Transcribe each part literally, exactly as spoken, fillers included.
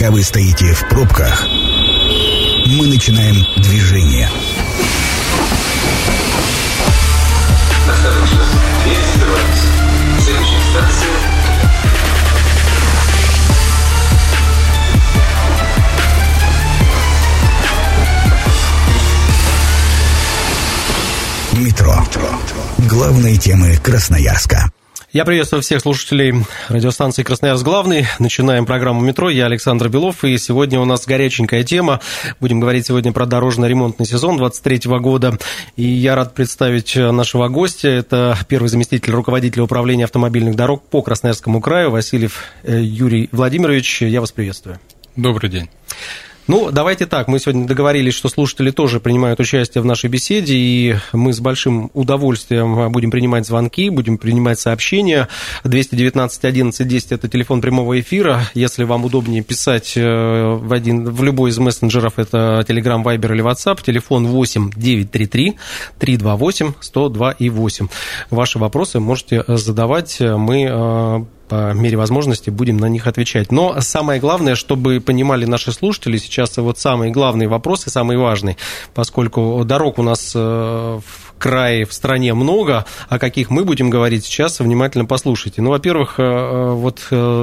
Пока вы стоите в пробках, мы начинаем движение. Осторожно, дверь закрывается. Следующая станция. Метро. Главные темы Красноярска. Я приветствую всех слушателей радиостанции «Красноярск главный». Начинаем программу «Метро». Я Александр Белов, и сегодня у нас горяченькая тема. Будем говорить сегодня про дорожно-ремонтный сезон двадцать третьего года. И я рад представить нашего гостя. Это первый заместитель руководителя управления автомобильных дорог по Красноярскому краю Васильев Юрий Владимирович. Я вас приветствую. Добрый день. Ну, давайте так, мы сегодня договорились, что слушатели тоже принимают участие в нашей беседе, и мы с большим удовольствием будем принимать звонки, будем принимать сообщения. двести девятнадцать одиннадцать десять – это телефон прямого эфира. Если вам удобнее писать в, один, в любой из мессенджеров, это Telegram, Viber или WhatsApp, телефон восемь девятьсот тридцать три триста двадцать восемь сто два и восемь. Ваши вопросы можете задавать, мы по мере возможности будем на них отвечать. Но самое главное, чтобы понимали наши слушатели, сейчас вот самый главный вопрос и самый важный, поскольку дорог у нас в крае, в стране много, о каких мы будем говорить сейчас, внимательно послушайте. Ну, во-первых, вот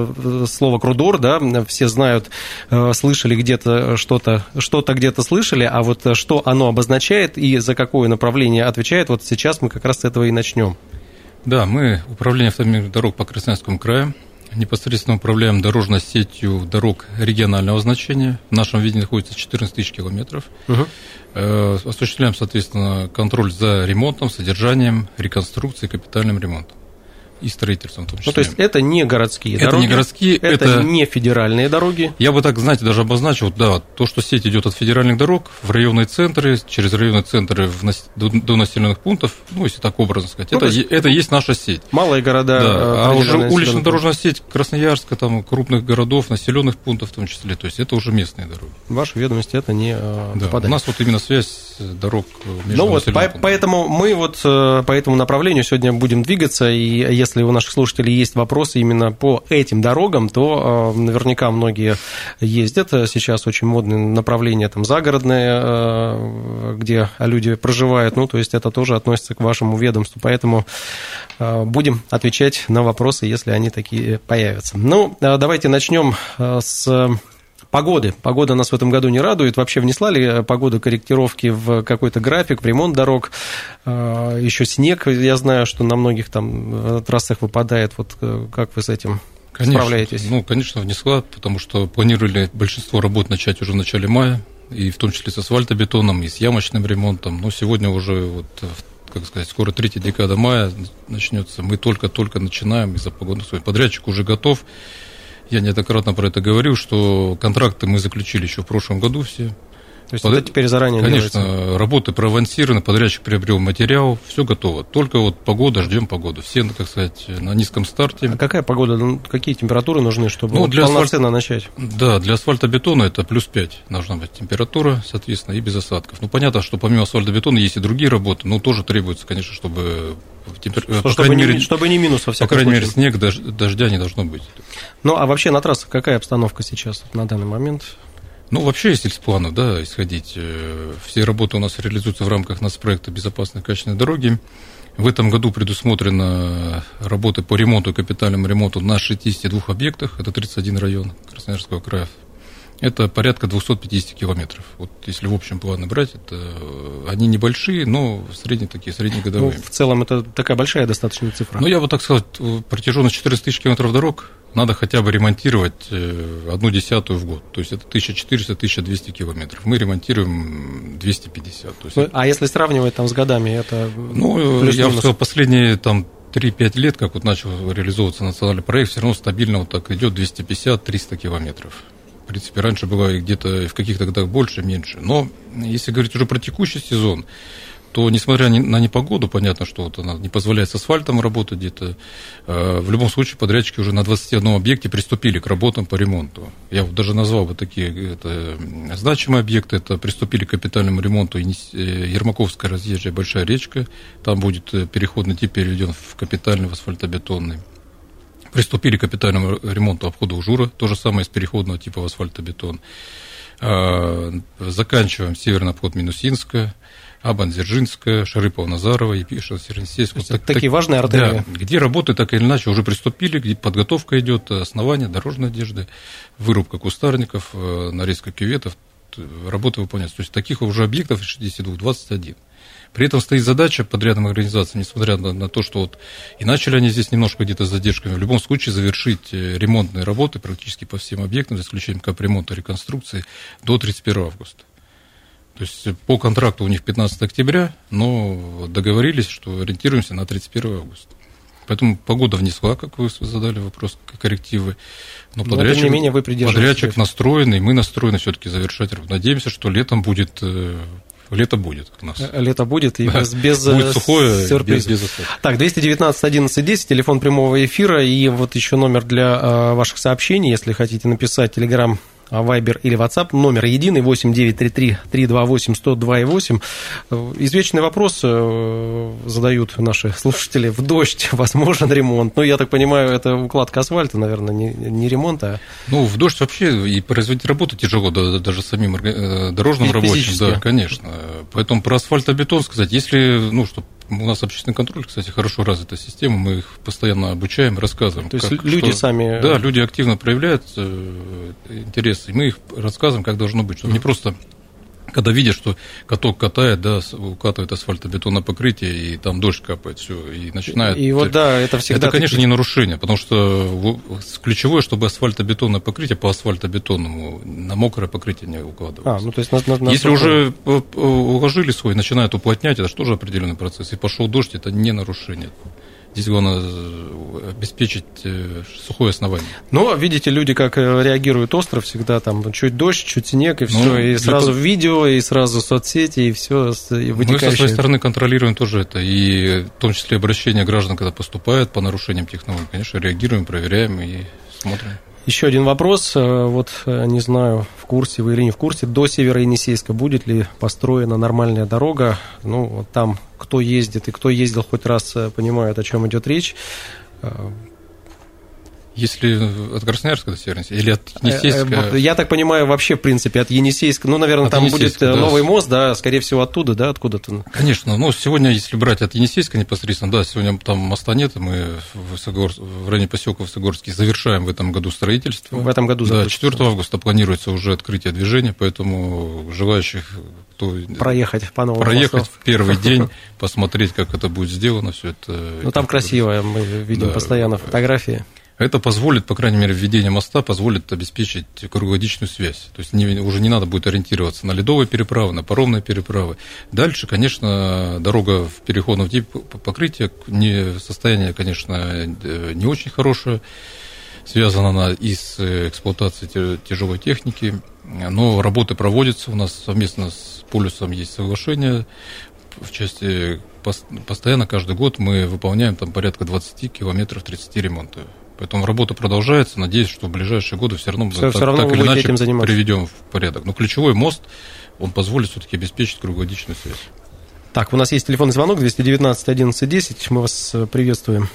слово «крудор», да, все знают, слышали где-то что-то, что-то где-то слышали, а вот что оно обозначает и за какое направление отвечает, вот сейчас мы как раз с этого и начнем. Да, мы, Управление автомобильных дорог по Красноярскому краю, непосредственно управляем дорожной сетью дорог регионального значения. В нашем виде находится четырнадцать тысяч километров. Угу. Э, осуществляем, соответственно, контроль за ремонтом, содержанием, реконструкцией, капитальным ремонтом и строительством в том числе. Ну, то есть это не городские это дороги, не городские, это, это не федеральные дороги. Я бы так, знаете, даже обозначил, да, то, что сеть идет от федеральных дорог в районные центры, через районные центры в, до, до населенных пунктов, ну, если так образно сказать, ну, это, есть, это есть наша сеть. Малые города. Да, а уже улично дорожная сеть Красноярска, там, крупных городов, населенных пунктов в том числе, то есть это уже местные дороги. В вашу ведомость это не да, попадает. У нас вот именно связь дорог между ну, вот, по, поэтому мы вот по этому направлению сегодня будем двигаться, и если у наших слушателей есть вопросы именно по этим дорогам, то э, наверняка многие ездят. Сейчас очень модное направление там, загородное, э, где люди проживают. Ну, то есть это тоже относится к вашему ведомству. Поэтому э, будем отвечать на вопросы, если они такие появятся. Ну, э, давайте начнем э, с погоды. Погода нас в этом году не радует. Вообще внесла ли погода корректировки в какой-то график, в ремонт дорог? Еще снег, я знаю, что на многих там трассах выпадает. Вот как вы с этим конечно, справляетесь? Ну, конечно, внесла, потому что планировали большинство работ начать уже в начале мая, и в том числе с асфальтобетоном, и с ямочным ремонтом. Но сегодня уже, вот, как сказать, скоро третья декада мая начнется. Мы только-только начинаем из-за погоды. Подрядчик уже готов. Я неоднократно про это говорил, что контракты мы заключили еще в прошлом году все. То есть Под... это теперь заранее Конечно, делается. Работы проавансированы, подрядчик приобрел материал, все готово. Только вот погода, ждем погоду. Все, так сказать, на низком старте. А какая погода, какие температуры нужны, чтобы ну, вот для полноценно асфальт... начать? Да, для асфальтобетона это плюс пять должна быть температура, соответственно, и без осадков. Ну, понятно, что помимо асфальтобетона есть и другие работы, но тоже требуется, конечно, чтобы... Темпер... Что, по чтобы, мере... не, чтобы не минус во всяком По крайней случае. мере, снег, дож... дождя не должно быть. Ну, а вообще на трассах какая обстановка сейчас на данный момент? Ну, вообще, если с плана, да, исходить, все работы у нас реализуются в рамках нацпроекта «Безопасные качественные дороги». В этом году предусмотрено работы по ремонту и капитальному ремонту на шестидесяти двух объектах, это тридцать один район Красноярского края. Это порядка двести пятьдесят километров. Вот если в общем плане брать, это они небольшие, но средние такие, среднегодовые. Ну, в целом это такая большая достаточно цифра. Ну, я бы так сказал, протяженность четырнадцать тысяч километров дорог надо хотя бы ремонтировать одну десятую в год. То есть это тысяча четыреста - тысяча двести километров. Мы ремонтируем двести пятьдесят. То есть ну, это... А если сравнивать там с годами, это Ну, я бы сказал, последние там три-пять лет, как вот начал реализовываться национальный проект, все равно стабильно вот так идет двести пятьдесят - триста километров. В принципе, раньше было где-то в каких-то годах больше, меньше. Но если говорить уже про текущий сезон, то, несмотря на непогоду, понятно, что вот она не позволяет с асфальтом работать где-то, в любом случае подрядчики уже на двадцати одном объекте приступили к работам по ремонту. Я вот даже назвал бы такие это, значимые объекты. Это приступили к капитальному ремонту Ермаковская разъезжая Большая речка. Там будет переходный тип переведен в капитальный, в асфальтобетонный. Приступили к капитальному ремонту обхода Ужура, то же самое из переходного типа в асфальтобетон. Заканчиваем северный обход Минусинска, Абан-Дзержинская, Шарыпова-Назарова, Епишево-Севернсейская. Так, такие так, важные артерии. Да, где работы так или иначе уже приступили, где подготовка идет, основание, дорожной одежды, вырубка кустарников, нарезка кюветов, работы выполняются. То есть таких уже объектов из шестидесяти двух двадцать один. При этом стоит задача подрядным организациям, несмотря на, на то, что вот и начали они здесь немножко где-то с задержками, в любом случае завершить ремонтные работы практически по всем объектам, за исключением капремонта и реконструкции, до тридцать первого августа. То есть по контракту у них пятнадцатого октября, но договорились, что ориентируемся на тридцать первого августа. Поэтому погода внесла, как вы задали вопрос, коррективы. Но, но подрядчик, тем не менее вы подрядчик настроенный, мы настроены все-таки завершать. Надеемся, что летом будет... Лето будет у нас. Лето будет, и без, без будет сухое, сюрпризов. Без, без так, двести девятнадцать одиннадцать десять, телефон прямого эфира, и вот еще номер для э, ваших сообщений, если хотите написать, Telegram, Вайбер или WhatsApp, номер единый, восемь девятьсот тридцать три триста двадцать восемь сто два восемь. Извечный вопрос задают наши слушатели. В дождь возможен ремонт? Ну, я так понимаю, это укладка асфальта, наверное, не, не ремонт, а... Ну, в дождь вообще и производить работу тяжело, даже самим дорожным рабочим. Да, конечно. Поэтому про асфальтобетон сказать, если, ну, что у нас общественный контроль, кстати, хорошо развитая система, мы их постоянно обучаем, рассказываем. То есть как, люди что, сами... Да, люди активно проявляют интерес, и мы их рассказываем, как должно быть, чтобы mm-hmm. не просто... Когда видишь, что каток катает, да, укатывает асфальтобетонное покрытие, и там дождь капает, все, и начинает... И, и вот, да, это всегда... Это, конечно, такие... не нарушение, потому что ключевое, чтобы асфальтобетонное покрытие по асфальтобетонному на мокрое покрытие не укладывалось. А, ну, то есть... На, на, на Если уже уложили свой, начинают уплотнять, это же тоже определенный процесс, и пошел дождь, это не нарушение. Здесь главное обеспечить сухое основание. Но видите, люди как реагируют остро всегда, там чуть дождь, чуть снег, и все, ну, и сразу это... видео, и сразу соцсети, и все вытекающее. Мы со своей стороны контролируем тоже это, и в том числе обращения граждан, когда поступают по нарушениям технологий, конечно, реагируем, проверяем и смотрим. Еще один вопрос, вот не знаю, в курсе вы или не в курсе, до Северо-Енисейска будет ли построена нормальная дорога? Ну, вот там кто ездит и кто ездил хоть раз, понимают, о чем идет речь. Если от Красноярска до Северо-Енисейска или от Енисейска? Я так понимаю, вообще, в принципе, от Енисейска, ну, наверное, от там будет да. новый мост, да, скорее всего, оттуда, да, откуда-то? Конечно, но сегодня, если брать от Енисейска непосредственно, да, сегодня там моста нет, мы в, Высогор... в районе поселка Высогорский завершаем в этом году строительство. В этом году да, четвёртого августа планируется уже открытие движения, поэтому желающих... Кто... Проехать по новому Проехать мосту. В первый день, посмотреть, как это будет сделано, все это... Ну, там красиво, мы видим да. постоянно фотографии. Это позволит, по крайней мере, введение моста позволит обеспечить круглогодичную связь. То есть не, уже не надо будет ориентироваться на ледовые переправы, на паромные переправы. Дальше, конечно, дорога в переходном типе покрытия, не, состояние, конечно, не очень хорошее. Связана она и с эксплуатацией тяжелой техники. Но работы проводятся. У нас совместно с Полюсом есть соглашение. В части постоянно каждый год мы выполняем там порядка двадцать километров тридцать ремонта. Поэтому работа продолжается. Надеюсь, что в ближайшие годы все равно, все, так, все равно так или иначе приведем в порядок. Но ключевой мост, он позволит все-таки обеспечить круглогодичную связь. Так, у нас есть телефонный звонок двести девятнадцать одиннадцать десять. Мы вас приветствуем.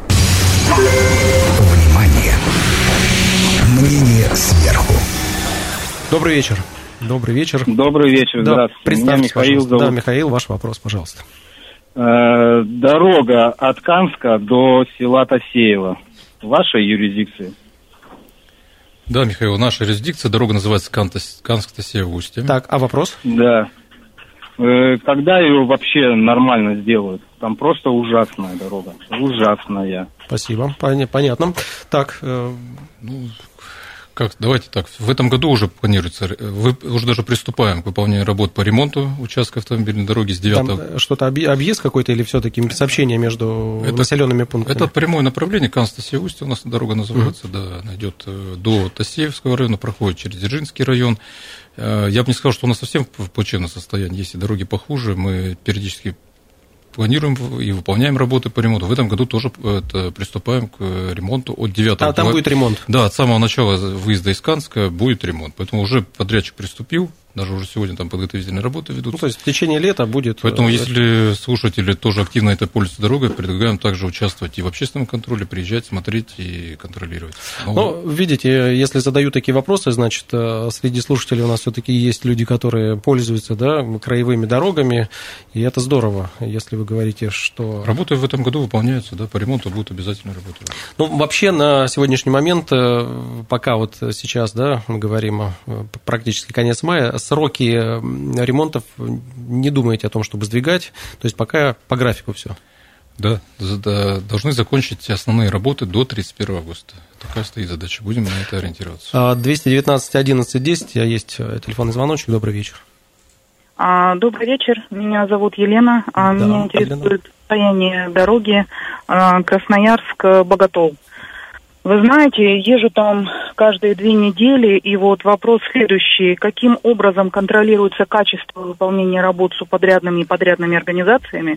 Внимание! Мнение сверху. Добрый вечер. Добрый вечер. Добрый вечер, да, здравствуйте. Меня Михаил зовут. Да, Михаил, ваш вопрос, пожалуйста. Э, дорога от Канска до села Тасеево. Вашей юрисдикции? Да, Михаил, наша юрисдикция. Дорога называется Канск-Тасеево-Устье. Так, а вопрос? Да. Э, когда ее вообще нормально сделают? Там просто ужасная дорога. Ужасная. Спасибо, понятно. Так, э... ну... Как, давайте так, в этом году уже планируется, вы, уже даже приступаем к выполнению работ по ремонту участка автомобильной дороги с девятого... Там что-то объезд какой-то или все-таки сообщение между это, населенными пунктами? Это прямое направление, Канск-Тасеево-Устье у нас дорога называется, mm-hmm. да, она идет до Тасеевского района, проходит через Дзержинский район. Я бы не сказал, что у нас совсем в плачевном состоянии, есть и дороги похуже, мы периодически планируем и выполняем работы по ремонту. В этом году тоже это, приступаем к ремонту от девятого. А там будет ремонт? Да, от самого начала выезда из Канска будет ремонт. Поэтому уже подрядчик приступил, даже уже сегодня там подготовительные работы ведутся. Ну, то есть в течение лета будет... Поэтому, если слушатели тоже активно это пользуются дорогой, предлагаем также участвовать и в общественном контроле, приезжать, смотреть и контролировать. Но... Ну, видите, если задаю такие вопросы, значит, среди слушателей у нас все-таки есть люди, которые пользуются, да, краевыми дорогами, и это здорово, если вы говорите, что... Работы в этом году выполняются, да, по ремонту будут обязательно работать. Ну, вообще, на сегодняшний момент, пока вот сейчас, да, мы говорим практически конец мая, сроки ремонтов не думаете о том, чтобы сдвигать, то есть пока по графику все. Да, должны закончить основные работы до тридцать первого августа. Такая стоит задача, будем на это ориентироваться. двести девятнадцать одиннадцать десять, есть телефонный звоночек, добрый вечер. Добрый вечер, меня зовут Елена, да, меня интересует Елена. Состояние дороги Красноярск-Боготол. Вы знаете, езжу там каждые две недели, и вот вопрос следующий. Каким образом контролируется качество выполнения работ субподрядными и подрядными организациями?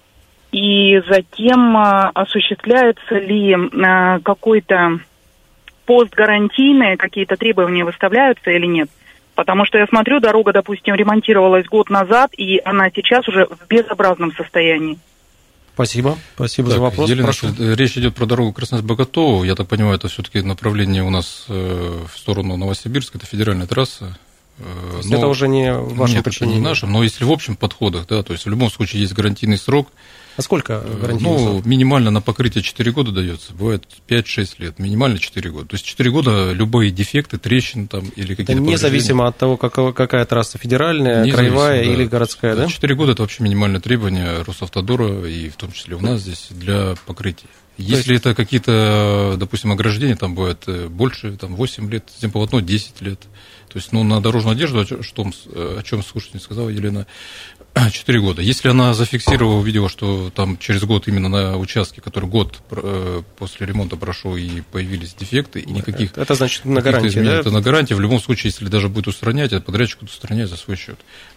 И затем осуществляется ли какой-то постгарантийные, какие-то требования выставляются или нет? Потому что я смотрю, дорога, допустим, ремонтировалась год назад, и она сейчас уже в безобразном состоянии. Спасибо, спасибо так, за вопрос. Елена, речь идет про дорогу Красноярск-Боготол. Я так понимаю, это все-таки направление у нас в сторону Новосибирска, это федеральная трасса. Но... Это уже не в вашем Нет, подчинении? Это не нашем, но если в общем подходах, да, то есть в любом случае есть гарантийный срок. А сколько гарантийный ну, срок? Минимально на покрытие четыре года дается, бывает пять-шесть лет, минимально четыре года. То есть четыре года любые дефекты, трещины там или какие-то это независимо от того, какая, какая трасса федеральная, краевая да. или городская, да? четыре года – это вообще минимальное требование Росавтодора и в том числе у нас здесь для покрытия. Если есть... это какие-то, допустим, ограждения, там бывает больше, там восемь лет, земполотно десять лет. То есть, ну, на дорожную одежду, о чем, о чем слушатель сказала Елена, четыре года. Если она зафиксировала, увидела, что там через год именно на участке, который год после ремонта прошел и появились дефекты, и никаких... Это значит на гарантии, да? Это на гарантии. В любом случае, если даже будет устранять, это подрядчик будет устранять за свой счет.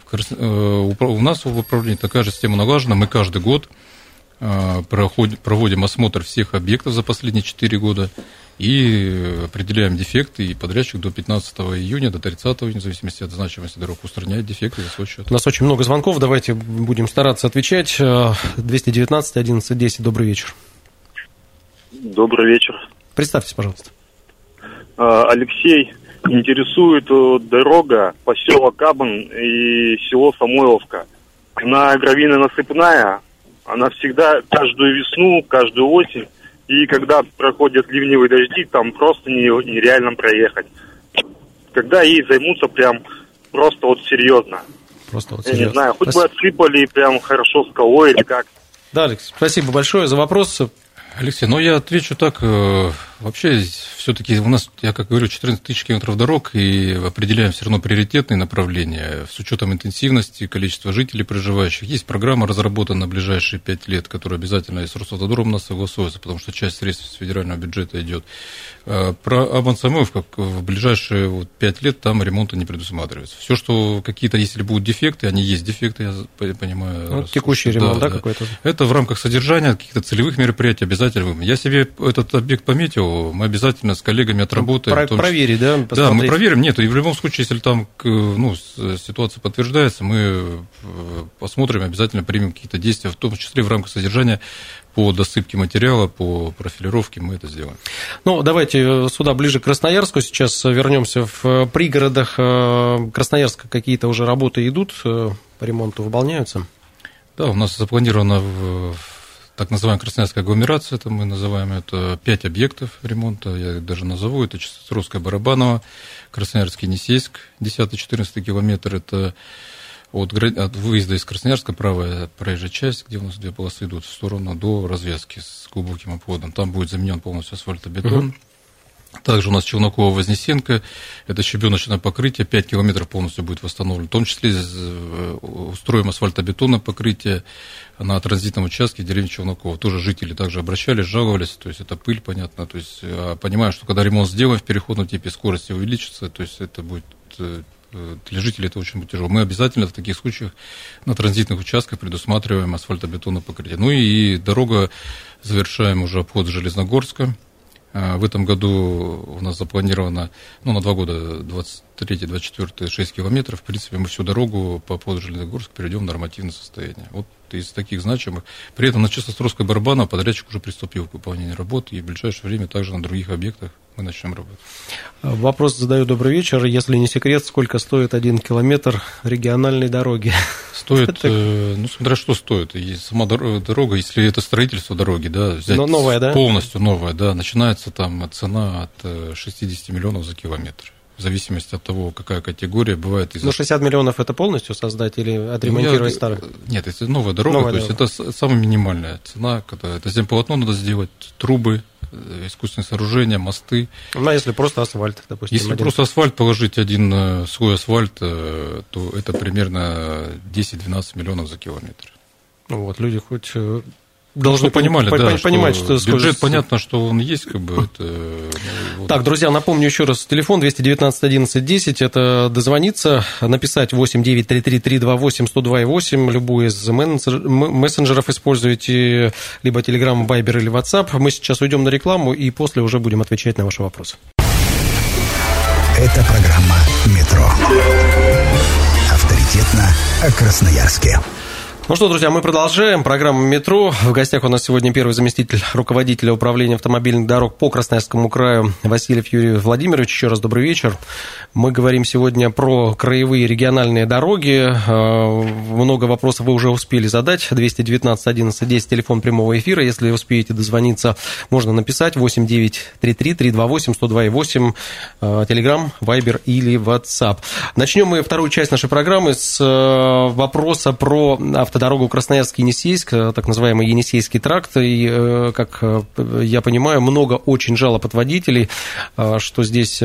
У нас в управлении такая же система налажена. Мы каждый год проводим осмотр всех объектов за последние четыре года и определяем дефекты, и подрядчик до пятнадцатого июня, до тридцатого июня, в зависимости от значимости дорог, устраняет дефекты за свой счет. У нас очень много звонков, давайте будем стараться отвечать. двести девятнадцать одиннадцать десять, добрый вечер. Добрый вечер. Представьтесь, пожалуйста. Алексей, интересует дорога поселок Кабан и село Самойловка. Она гравийно-насыпная, она всегда, каждую весну, каждую осень, и когда проходят ливневые дожди, там просто нереально проехать. Когда ей займутся прям просто вот серьезно. Просто вот Я серьезно. не знаю, хоть спасибо. бы отсыпали прям хорошо скалой или как. Да, Алекс, спасибо большое за вопрос. Алексей, ну я отвечу так, вообще все-таки у нас, я как говорю, четырнадцать тысяч километров дорог, и определяем все равно приоритетные направления с учетом интенсивности, количества жителей проживающих. Есть программа, разработана на ближайшие пять лет, которая обязательно с Росавтодором у нас согласуется, потому что часть средств с федерального бюджета идет. Про Абан-Самойлов, как в ближайшие вот пять лет там ремонта не предусматривается. Все, что какие-то, если будут дефекты, они есть дефекты, я понимаю. Ну, текущий ремонт, да, да, какой-то? Это в рамках содержания каких-то целевых мероприятий обязательно. Я себе этот объект пометил, мы обязательно с коллегами отработаем. Про- проверить, да? Посмотреть. Да, мы проверим. Нет, и в любом случае, если там ну, ситуация подтверждается, мы посмотрим, обязательно примем какие-то действия, в том числе в рамках содержания по досыпке материала, по профилировке, мы это сделаем. Ну, давайте сюда, ближе к Красноярску. Сейчас вернемся в пригородах Красноярска. Какие-то уже работы идут по ремонту, выполняются? Да, у нас запланировано в так называемая Красноярская агломерация, это мы называем, это пять объектов ремонта, я их даже назову, это Чистосрусская Барабаново, Красноярский Енисейск, десятый-четырнадцатый километр, это от, от выезда из Красноярска, правая проезжая часть, где у нас две полосы идут в сторону, до развязки с глубоким обводом, там будет заменен полностью асфальтобетон. Uh-huh. Также у нас Челнокова-Вознесенко, это щебеночное покрытие, пять километров полностью будет восстановлено. В том числе устроим асфальтобетонное покрытие на транзитном участке деревни Челнокова. Тоже жители также обращались, жаловались, то есть это пыль, понятно. То есть понимаю, что когда ремонт сделаем в переходном типе, скорость увеличится, то есть это будет для жителей это очень будет тяжело. Мы обязательно в таких случаях на транзитных участках предусматриваем асфальтобетонное покрытие. Ну и дорога, завершаем уже обход Железногорска. В этом году у нас запланировано, ну, на два года, двадцать третий двадцать четвёртый, шесть километров. В принципе, мы всю дорогу по поводу Железногорска перейдем в нормативное состояние. Вот из таких значимых. При этом на Чистостройской Барабана подрядчик уже приступил к выполнению работ, и в ближайшее время также на других объектах мы начнем работать. Вопрос задаю. Добрый вечер. Если не секрет, сколько стоит один километр региональной дороги? Стоит, ну, смотря что стоит. И сама дорога, если это строительство дороги, да, взять но новая, да? полностью новая, да, начинается там цена от шестьдесят миллионов за километр. В зависимости от того, какая категория бывает. Из... Ну, шестьдесят миллионов это полностью создать или отремонтировать Я... старую? Нет, это новая дорога, новая то дорога. есть это самая минимальная цена, когда это земполотно надо сделать, трубы, искусственные сооружения, мосты. Ну, а если просто асфальт, допустим? Если один... просто асфальт положить, один слой асфальта, то это примерно десять-двенадцать миллионов за километр. Ну, вот, люди хоть... Должны Чтобы понимали, по- да, по- понимать, что, что бюджет, сколько... понятно, что он есть, как бы это... Ну, вот. Так, друзья, напомню еще раз, телефон двести девятнадцать одиннадцать десять, это дозвониться, написать восемь девять три три три два восемь сто два восемь, любую из мессенджеров используйте, либо Telegram, Viber или WhatsApp. Мы сейчас уйдем на рекламу и после уже будем отвечать на ваши вопросы. Это программа «Метро». Авторитетно о Красноярске. Ну что, друзья, мы продолжаем программу «Метро». В гостях у нас сегодня первый заместитель руководителя управления автомобильных дорог по Красноярскому краю Васильев Юрий Владимирович. Еще раз добрый вечер. Мы говорим сегодня про краевые региональные дороги. Много вопросов вы уже успели задать. двести девятнадцать одиннадцать десять, телефон прямого эфира. Если успеете дозвониться, можно написать восемь девять три три три два восемь сто два восемь, Telegram, Viber или WhatsApp. Начнем мы вторую часть нашей программы с вопроса про автомобильные дорогу Красноярск-Енисейск, так называемый Енисейский тракт, и, как я понимаю, много очень жалоб от водителей, что здесь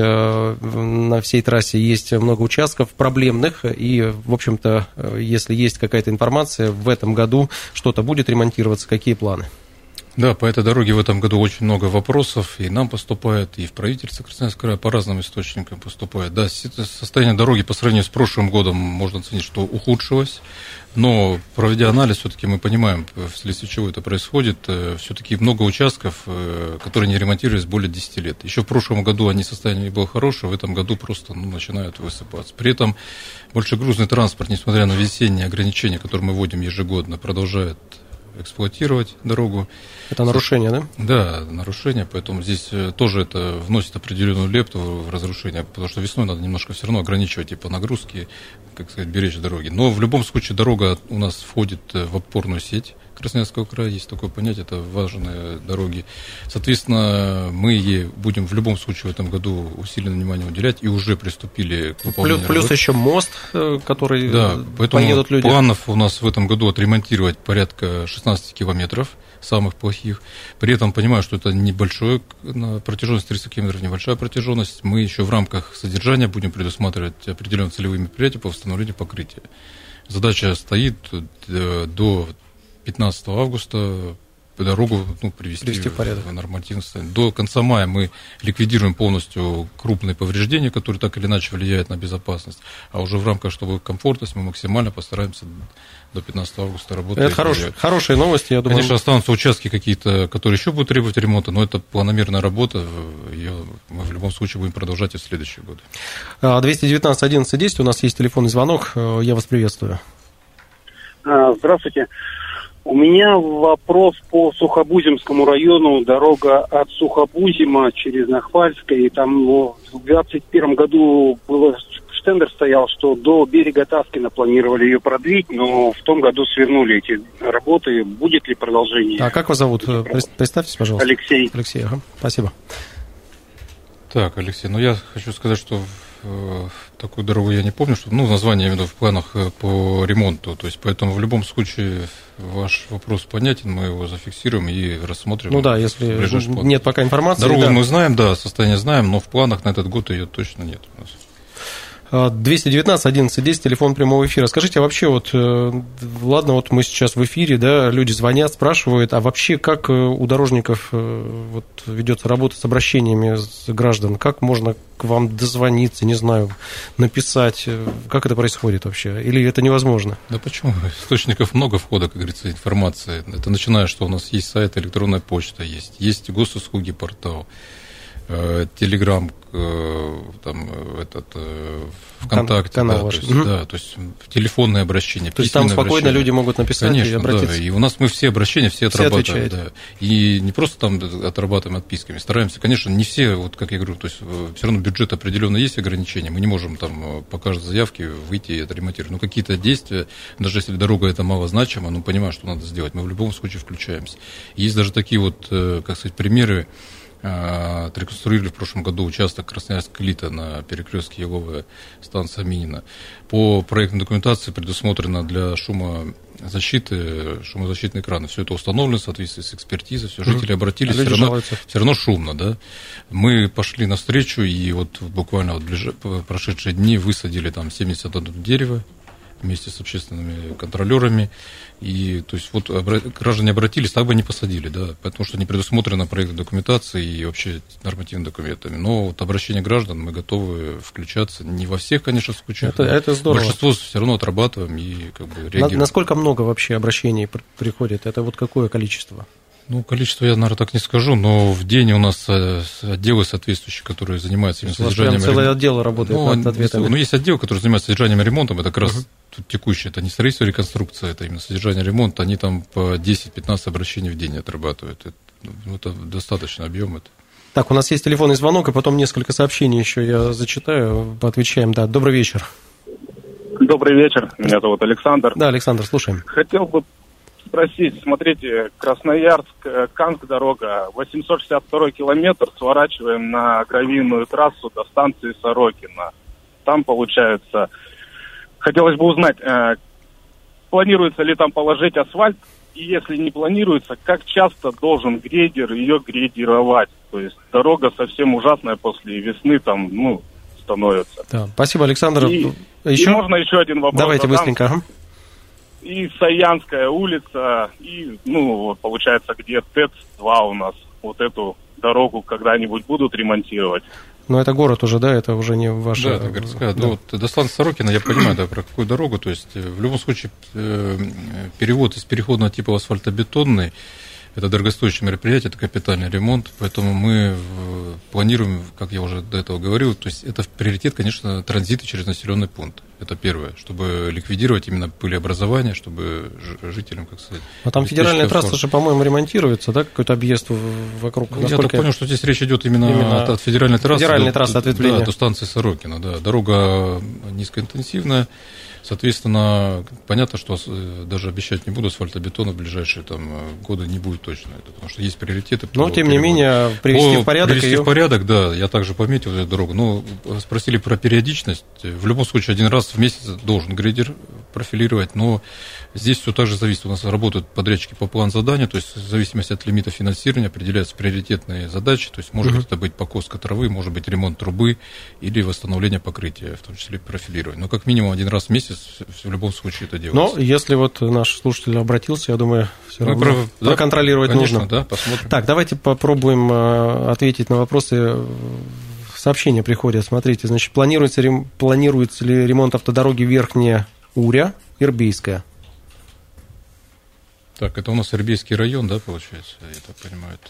на всей трассе есть много участков проблемных, и, в общем-то, если есть какая-то информация, в этом году что-то будет ремонтироваться, какие планы? Да, по этой дороге в этом году очень много вопросов, и нам поступает, и в правительство Красноярского края по разным источникам поступает. Да, состояние дороги по сравнению с прошлым годом можно оценить, что ухудшилось, но, проведя анализ, все-таки мы понимаем, вследствие чего это происходит. Все-таки много участков, которые не ремонтировались более десяти лет. Еще в прошлом году они состояние не было хорошее, в этом году просто ну, начинают высыпаться. При этом большегрузный транспорт, несмотря на весенние ограничения, которые мы вводим ежегодно, продолжает эксплуатировать дорогу. Это нарушение, да? Да, нарушение, поэтому здесь тоже это вносит определенную лепту в разрушение, потому что весной надо немножко все равно ограничивать типа нагрузки, как сказать, беречь дороги. Но в любом случае дорога у нас входит в опорную сеть Красноярского края, есть такое понятие, это важные дороги. Соответственно, мы ей будем в любом случае в этом году усиленное внимание уделять и уже приступили к выполнению Плюс, плюс работ. еще мост, который да, поэтому поедут люди. Планов у нас в этом году отремонтировать порядка шестнадцать километров, самых плохих. При этом понимаю, что это небольшое, на протяженность триста километров, небольшая протяженность. Мы еще в рамках содержания будем предусматривать определенные целевые мероприятия по восстановлению покрытия. Задача стоит до пятнадцатого августа дорогу ну, привести, привести в порядок, в нормативное состояние. До конца мая мы ликвидируем полностью крупные повреждения, которые так или иначе влияют на безопасность. А уже в рамках, чтобы комфортность, мы максимально постараемся до пятнадцатого августа работать. Это хорош, хорошие новости, я думаю. Конечно, останутся участки какие-то, которые еще будут требовать ремонта, но это планомерная работа. Ее мы в любом случае будем продолжать и в следующие годы. двести девятнадцать одиннадцать десять, у нас есть телефонный звонок. Я вас приветствую. Здравствуйте. У меня вопрос по Сухобузимскому району. Дорога от Сухобузима через Нахвальское. И там ну, в двадцать первом году было, штендер стоял, что до берега Таскина планировали ее продлить, но в том году свернули эти работы. Будет ли продолжение? А как вас зовут? Представьтесь, пожалуйста. Алексей. Алексей, ага. Спасибо. Так, Алексей, ну я хочу сказать, что такую дорогу я не помню, что, ну, название я имею в виду в планах по ремонту, то есть, поэтому в любом случае ваш вопрос понятен, мы его зафиксируем и рассмотрим. Ну да, если нет пока информации. Дорогу да. мы знаем, да, состояние знаем, но в планах на этот год ее точно нет у нас. двести девятнадцать одиннадцать десять, телефон прямого эфира. Скажите, а вообще вот, ладно, вот мы сейчас в эфире, да, люди звонят, спрашивают, а вообще как у дорожников вот ведется работа с обращениями с граждан? Как можно к вам дозвониться, не знаю, написать? Как это происходит вообще? Или это невозможно? Да почему? Источников много входа, как говорится, информации. Это начиная, что у нас есть сайт, электронная почта есть, есть госуслуги портал, Телеграм, там, этот, ВКонтакте, канал да, ваш. То есть, угу. да, то есть телефонные обращения, то есть там спокойно обращения. Люди могут написать. Конечно, и обратиться. Да, и у нас мы все обращения, все, все отрабатываем. Да. И не просто там отрабатываем отписками, стараемся, конечно, не все, вот как я говорю, то есть все равно бюджет определенно есть ограничения, мы не можем там по каждой заявке выйти и отремонтировать. Но какие-то действия, даже если дорога это малозначима, ну, понимаем, что надо сделать, мы в любом случае включаемся. Есть даже такие вот, как сказать, примеры. Отреконструировали в прошлом году участок Красноярск-Лита на перекрестке Еловая, станция Минина. По проектной документации предусмотрено для шумозащиты, шумозащитные экраны. Все это установлено в соответствии с экспертизой. Все, жители обратились, а все, равно, все равно шумно. Да? Мы пошли навстречу, и вот буквально вот ближ... прошедшие дни высадили там семьдесят одно дерево вместе с общественными контролерами. И, то есть, вот граждане обратились, так бы не посадили, да, потому что не предусмотрено проектной документацией и вообще нормативными документами. Но вот обращение граждан мы готовы включаться. Не во всех, конечно, случаях. Это, это здорово. Большинство все равно отрабатываем и как бы реагируем. Насколько много вообще обращений приходит? Это вот какое количество? Ну, количество я, наверное, так не скажу, но в день у нас отделы соответствующие, которые занимаются именно содержанием... Прям целый отдел работает ну, над ответами. Ну, есть отдел, который занимается содержанием и ремонтом, это как раз uh-huh. текущий, это не строительство, а реконструкция, это именно содержание и ремонт, они там по десять-пятнадцать обращений в день отрабатывают. Это, ну, это достаточно объем. Это. Так, у нас есть телефонный звонок, и потом несколько сообщений еще я зачитаю, поотвечаем. Да, добрый вечер. Добрый вечер, меня зовут Александр. Да, Александр, слушаем. Хотел бы спросить, смотрите, Красноярск, Канск дорога, восемьсот шестьдесят второй километр, сворачиваем на гравийную трассу до станции Сорокино. Там, получается, хотелось бы узнать, э, планируется ли там положить асфальт, и если не планируется, как часто должен грейдер ее грейдировать? То есть дорога совсем ужасная после весны, там, ну, становится. Да, спасибо, Александр. И, еще? и можно еще один вопрос? Давайте задам? Быстренько. Ага. И Саянская улица, и, ну, вот, получается, где ТЭЦ два у нас, вот эту дорогу когда-нибудь будут ремонтировать. Но это город уже, да, это уже не ваша... Да, это городская. Да. Ну, вот, до станции Сорокино, я понимаю, да, про какую дорогу, то есть в любом случае перевод из переходного типа в асфальтобетонный, это дорогостоящее мероприятие, это капитальный ремонт, поэтому мы планируем, как я уже до этого говорил, то есть это приоритет, конечно, транзиты через населенный пункт. Это первое, чтобы ликвидировать именно пылеобразование, чтобы жителям, как сказать... А там федеральная трасса же, по-моему, ремонтируется, да, какой-то объезд вокруг? Ну, я так понял, что здесь речь идет именно, именно от, от федеральной трассы. Федеральной до, трассы ответвления. Да, до станции Сорокино, да. Дорога низкоинтенсивная. Соответственно, понятно, что даже обещать не буду, асфальтобетона в ближайшие там, годы не будет точно, это, потому что есть приоритеты. Но, тем не менее, привести по, в порядок Привести ее... в порядок, да, я также пометил эту дорогу. Но спросили про периодичность. В любом случае, один раз в месяц должен грейдер профилировать, но здесь все также зависит. У нас работают подрядчики по плану задания, то есть в зависимости от лимита финансирования определяются приоритетные задачи, то есть может uh-huh. быть это быть покоска травы, может быть ремонт трубы или восстановление покрытия, в том числе профилирование. Но как минимум один раз в месяц в любом случае это делается. Но если вот наш слушатель обратился, я думаю, все Мы равно про... да, проконтролировать конечно, нужно. Да, посмотрим. Так, давайте попробуем ответить на вопросы. Сообщения приходят. Смотрите, значит, планируется, планируется ли ремонт автодороги Верхняя Уря, Ирбийская? Так, это у нас Ирбийский район, да, получается, я так понимаю.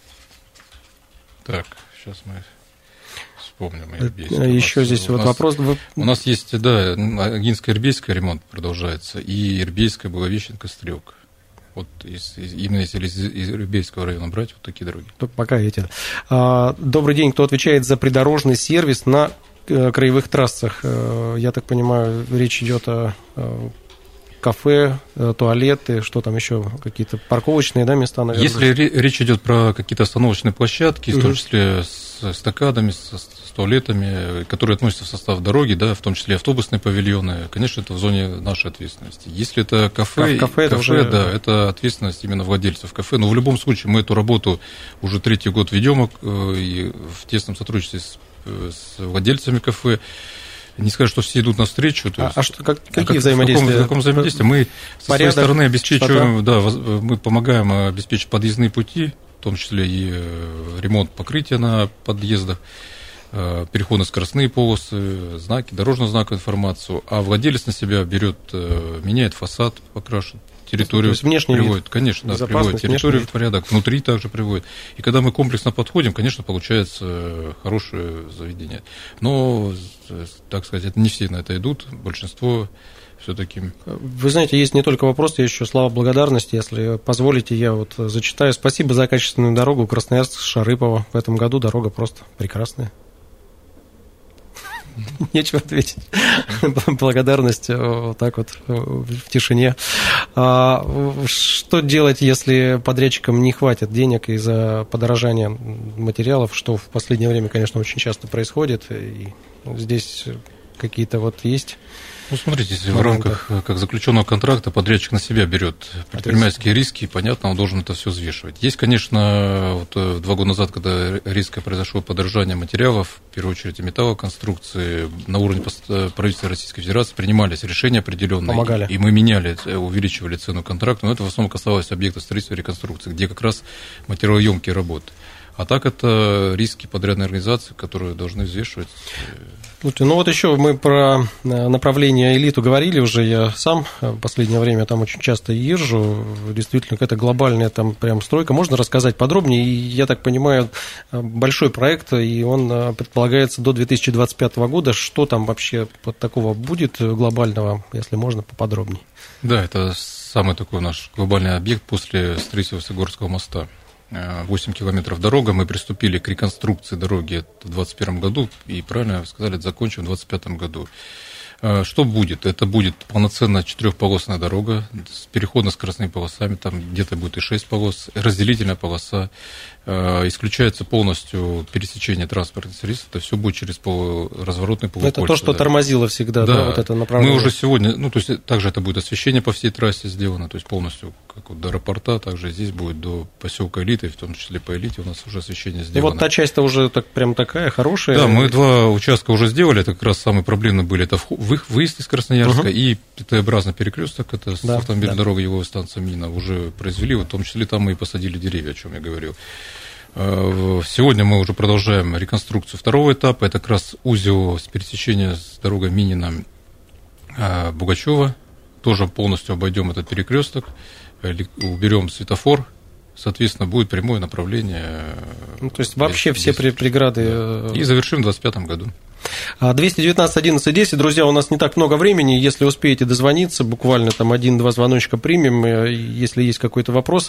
Так, сейчас мы вспомним Ирбийский. Еще нас, здесь вот нас, вопрос. У нас есть, да, Агинская-Ирбийская ремонт продолжается, и Ирбийская, Благовещенка, Стрелка. Вот из, из, именно если из, из Ирбийского района брать, вот такие дороги. Пока эти. Добрый день, кто отвечает за придорожный сервис на краевых трассах? Я так понимаю, речь идет о кафе, туалеты, что там еще, какие-то парковочные, да, места, наверное? Если речь идет про какие-то остановочные площадки, угу. в том числе с эстакадами, с, с туалетами, которые относятся в состав дороги, да, в том числе автобусные павильоны, конечно, это в зоне нашей ответственности. Если это кафе, кафе, это, кафе уже... да, это ответственность именно владельцев кафе. Но в любом случае мы эту работу уже третий год ведем и в тесном сотрудничестве с, с владельцами кафе. Не сказать, что все идут навстречу. То есть, а, а что, как, какие а как, взаимодействия? В каком, в каком взаимодействии? Мы с своей стороны обеспечиваем, да, мы помогаем обеспечить подъездные пути, в том числе и ремонт покрытия на подъездах, переходно-скоростные полосы, знаки, дорожного знака, информацию, а владелец на себя берет, меняет фасад, покрашен, территорию приводит, конечно, да, приводит территорию в порядок, внутри также приводит. И когда мы комплексно подходим, конечно, получается хорошее заведение. Но, так сказать, это не все на это идут, большинство все-таки. Вы знаете, есть не только вопрос, есть еще слова благодарности. Если позволите, я вот зачитаю. Спасибо за качественную дорогу Красноярск-Шарыпово. В этом году дорога просто прекрасная. Нечего ответить. Благодарность вот так вот в тишине. Что делать, если подрядчикам не хватит денег из-за подорожания материалов, что в последнее время, конечно, очень часто происходит, и здесь какие-то вот есть... Ну, смотрите, если в рамках как заключенного контракта подрядчик на себя берет предпринимательские риски, понятно, он должен это все взвешивать. Есть, конечно, вот два года назад, когда резко произошло подорожание материалов, в первую очередь металлоконструкции, на уровне правительства Российской Федерации принимались решения определенные. Помогали. И мы меняли, увеличивали цену контракта, но это в основном касалось объектов строительства и реконструкции, где как раз материалоемкие работы. А так это риски подрядной организации, которые должны взвешивать. Слушайте, ну вот еще мы про направление элиту говорили уже, я сам в последнее время там очень часто езжу, действительно какая-то глобальная там прям стройка. Можно рассказать подробнее? И, я так понимаю, большой проект, и он предполагается до две тысячи двадцать пятого года. Что там вообще вот такого будет глобального, если можно, поподробнее? Да, это самый такой наш глобальный объект после строительства Высогорского моста. восемь километров дорога, мы приступили к реконструкции дороги в двадцать первом году, и правильно вы сказали, это закончим в двадцать пятом году. Что будет? Это будет полноценная четырехполосная дорога с переходно-скоростными полосами, там где-то будет и шесть полос, разделительная полоса, исключается полностью пересечение транспортных средств, это все будет через пол, разворотный полукольца. Это то, что да. тормозило всегда, да. да, вот это направление. Мы уже сегодня, ну, то есть, также это будет освещение по всей трассе сделано, то есть полностью, как вот до аэропорта, также здесь будет до поселка Элиты, в том числе по Элите у нас уже освещение сделано. И вот та часть-то уже так, прям такая хорошая. Да, мы два участка уже сделали, это как раз самые проблемные были, это выезд из Красноярска угу. и Т-образный перекресток, это да, автомобильная да. дорога, его станция Мина, уже произвели, в том числе там мы и посадили деревья, о чем я говорил. Сегодня мы уже продолжаем реконструкцию второго этапа. Это как раз узел с пересечения с дорогой Минина-Бугачева. Тоже полностью обойдем этот перекресток, уберем светофор. Соответственно, будет прямое направление. Ну, то есть вообще все преграды. Да. И завершим в двадцать пятом году. двести девятнадцать одиннадцать десять, друзья, у нас не так много времени, если успеете дозвониться, буквально там один-два звоночка примем, если есть какой-то вопрос.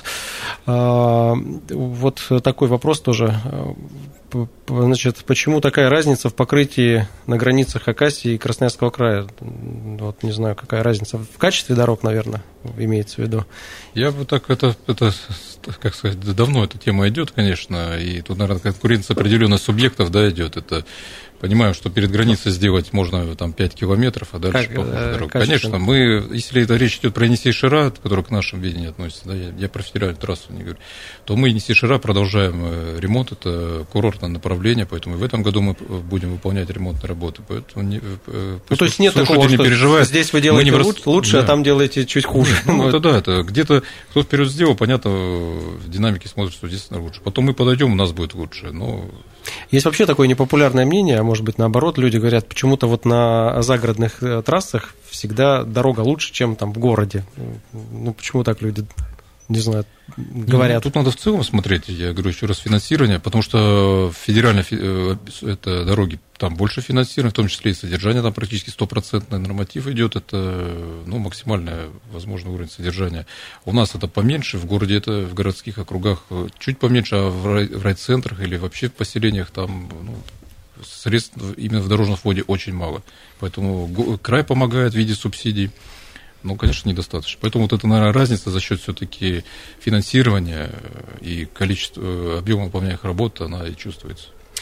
Вот такой вопрос тоже. Значит, почему такая разница в покрытии на границах Хакасии и Красноярского края? Вот не знаю, какая разница. В качестве дорог, наверное, имеется в виду. Я бы так, это, это, как сказать, давно эта тема идет, конечно, и тут, наверное, конкуренция определенных субъектов, да, идет. Это понимаем, что перед границей сделать можно там пять километров, а дальше как, похоже дорога. Конечно, мы, если это речь идет про Енисей-Шира, который к нашему видению относится, да, я, я про федеральную трассу не говорю, то мы Енисей-Шира продолжаем ремонт, это курортное направление, поэтому в этом году мы будем выполнять ремонтные работы. Поэтому не, ну, то есть нет такого, не переживают. Здесь вы делаете не лучше, лучше да. а там делаете чуть хуже. Ну, это да, это где-то кто вперед сделал, понятно, в динамике смотрит, что здесь лучше. Потом мы подойдем, у нас будет лучше, но... Есть вообще такое непопулярное мнение, а может быть наоборот, люди говорят, почему-то вот на загородных трассах всегда дорога лучше, чем там в городе. Ну, почему так люди, не знаю, говорят? Ну, тут надо в целом смотреть, я говорю еще раз, финансирование, потому что федеральные это дороги, там больше финансирования, в том числе и содержание, там практически стопроцентный норматив идет, это ну, максимальный возможный уровень содержания. У нас это поменьше, в городе это в городских округах чуть поменьше, а в райцентрах или вообще в поселениях там ну, средств именно в дорожном фонде очень мало. Поэтому край помогает в виде субсидий. Ну, конечно, недостаточно. Поэтому вот эта, наверное, разница за счет все-таки финансирования и количества, объема выполняемых работ, она и чувствуется.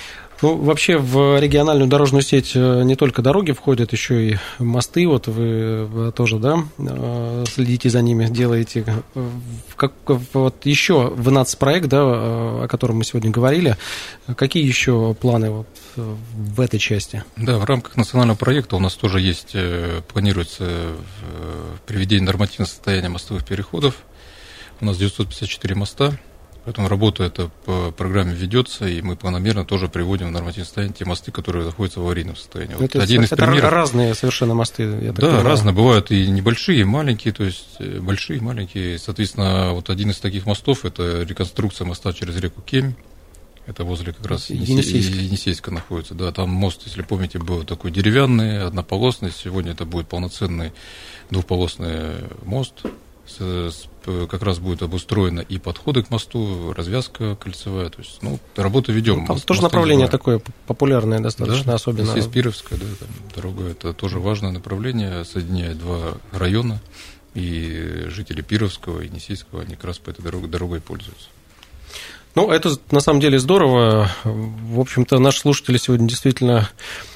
Ну, вообще в региональную дорожную сеть не только дороги входят, еще и мосты. Вот вы тоже, да, следите за ними, делаете. Как, вот еще в нацпроект, да, о котором мы сегодня говорили, какие еще планы вот в этой части? Да, в рамках национального проекта у нас тоже есть, планируется приведение нормативного состояния мостовых переходов. У нас девятьсот пятьдесят четыре моста. Поэтому работа эта по программе ведется, и мы планомерно тоже приводим в нормативное состояние те мосты, которые находятся в аварийном состоянии. Вот это, один это из примеров... разные совершенно мосты. Я так да, понимаю. разные. Бывают и небольшие, и маленькие, то есть большие, маленькие. Соответственно, вот один из таких мостов – это реконструкция моста через реку Кемь. Это возле как раз Енисейска. Енисейска находится. Да, там мост, если помните, был такой деревянный, однополосный. Сегодня это будет полноценный двухполосный мост. С, с, как раз будет обустроено и подходы к мосту, развязка кольцевая. То есть, ну, работу ведем. Ну, там тоже направление такое популярное достаточно, да, особенно. Здесь Пировская, да, там дорога, это тоже важное направление, соединяет два района, и жители Пировского и Енисейского, они как раз по этой дороге, дорогой пользуются. Ну, это на самом деле здорово. В общем-то, наши слушатели сегодня действительно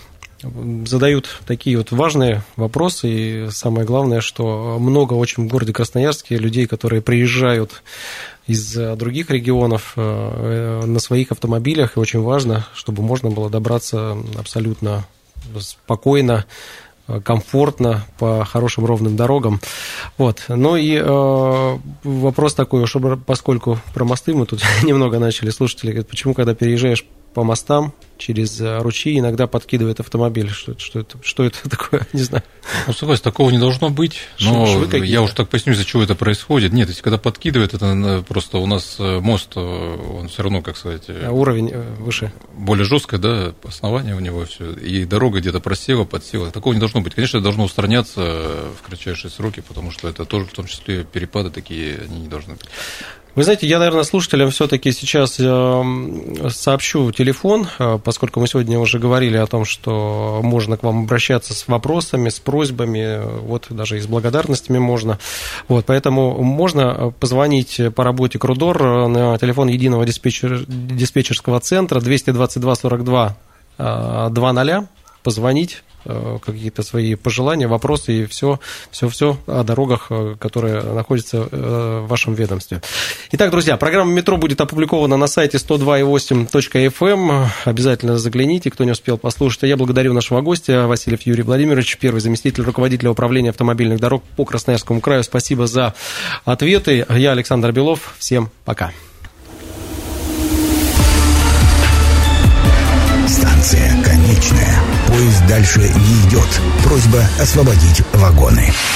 задают такие вот важные вопросы, и самое главное, что много очень в городе Красноярске людей, которые приезжают из других регионов на своих автомобилях, и очень важно, чтобы можно было добраться абсолютно спокойно, комфортно по хорошим ровным дорогам. Вот. Ну и э, вопрос такой, чтобы, поскольку про мосты мы тут немного начали, слушатели говорят, почему, когда переезжаешь по мостам через ручьи, иногда подкидывает автомобиль. Что, что, это, что это такое? Не знаю. Ну, согласен, такого не должно быть. Но я уж так поясню, из-за чего это происходит. Нет, если когда подкидывает, это просто у нас мост, он все равно, как сказать... Уровень выше. Более жесткое, да, основание у него все. И дорога где-то просела, подсела. Такого не должно быть. Конечно, это должно устраняться в кратчайшие сроки, потому что это тоже, в том числе, перепады такие, они не должны быть. Вы знаете, я, наверное, слушателям все-таки сейчас сообщу телефон, поскольку мы сегодня уже говорили о том, что можно к вам обращаться с вопросами, с просьбами, вот даже и с благодарностями можно. Вот, поэтому можно позвонить по работе КРУДОР на телефон единого диспетчер, диспетчерского центра двести двадцать два сорок два двадцать, позвонить, какие-то свои пожелания, вопросы и все, все, все о дорогах, которые находятся в вашем ведомстве. Итак, друзья, программа «Метро» будет опубликована на сайте сто два и восемь точка эф эм. Обязательно загляните, кто не успел послушать. Я благодарю нашего гостя Васильев Юрий Владимирович, первый заместитель руководителя управления автомобильных дорог по Красноярскому краю. Спасибо за ответы. Я Александр Белов. Всем пока. Станция конечная. Поезд дальше не идет. Просьба освободить вагоны.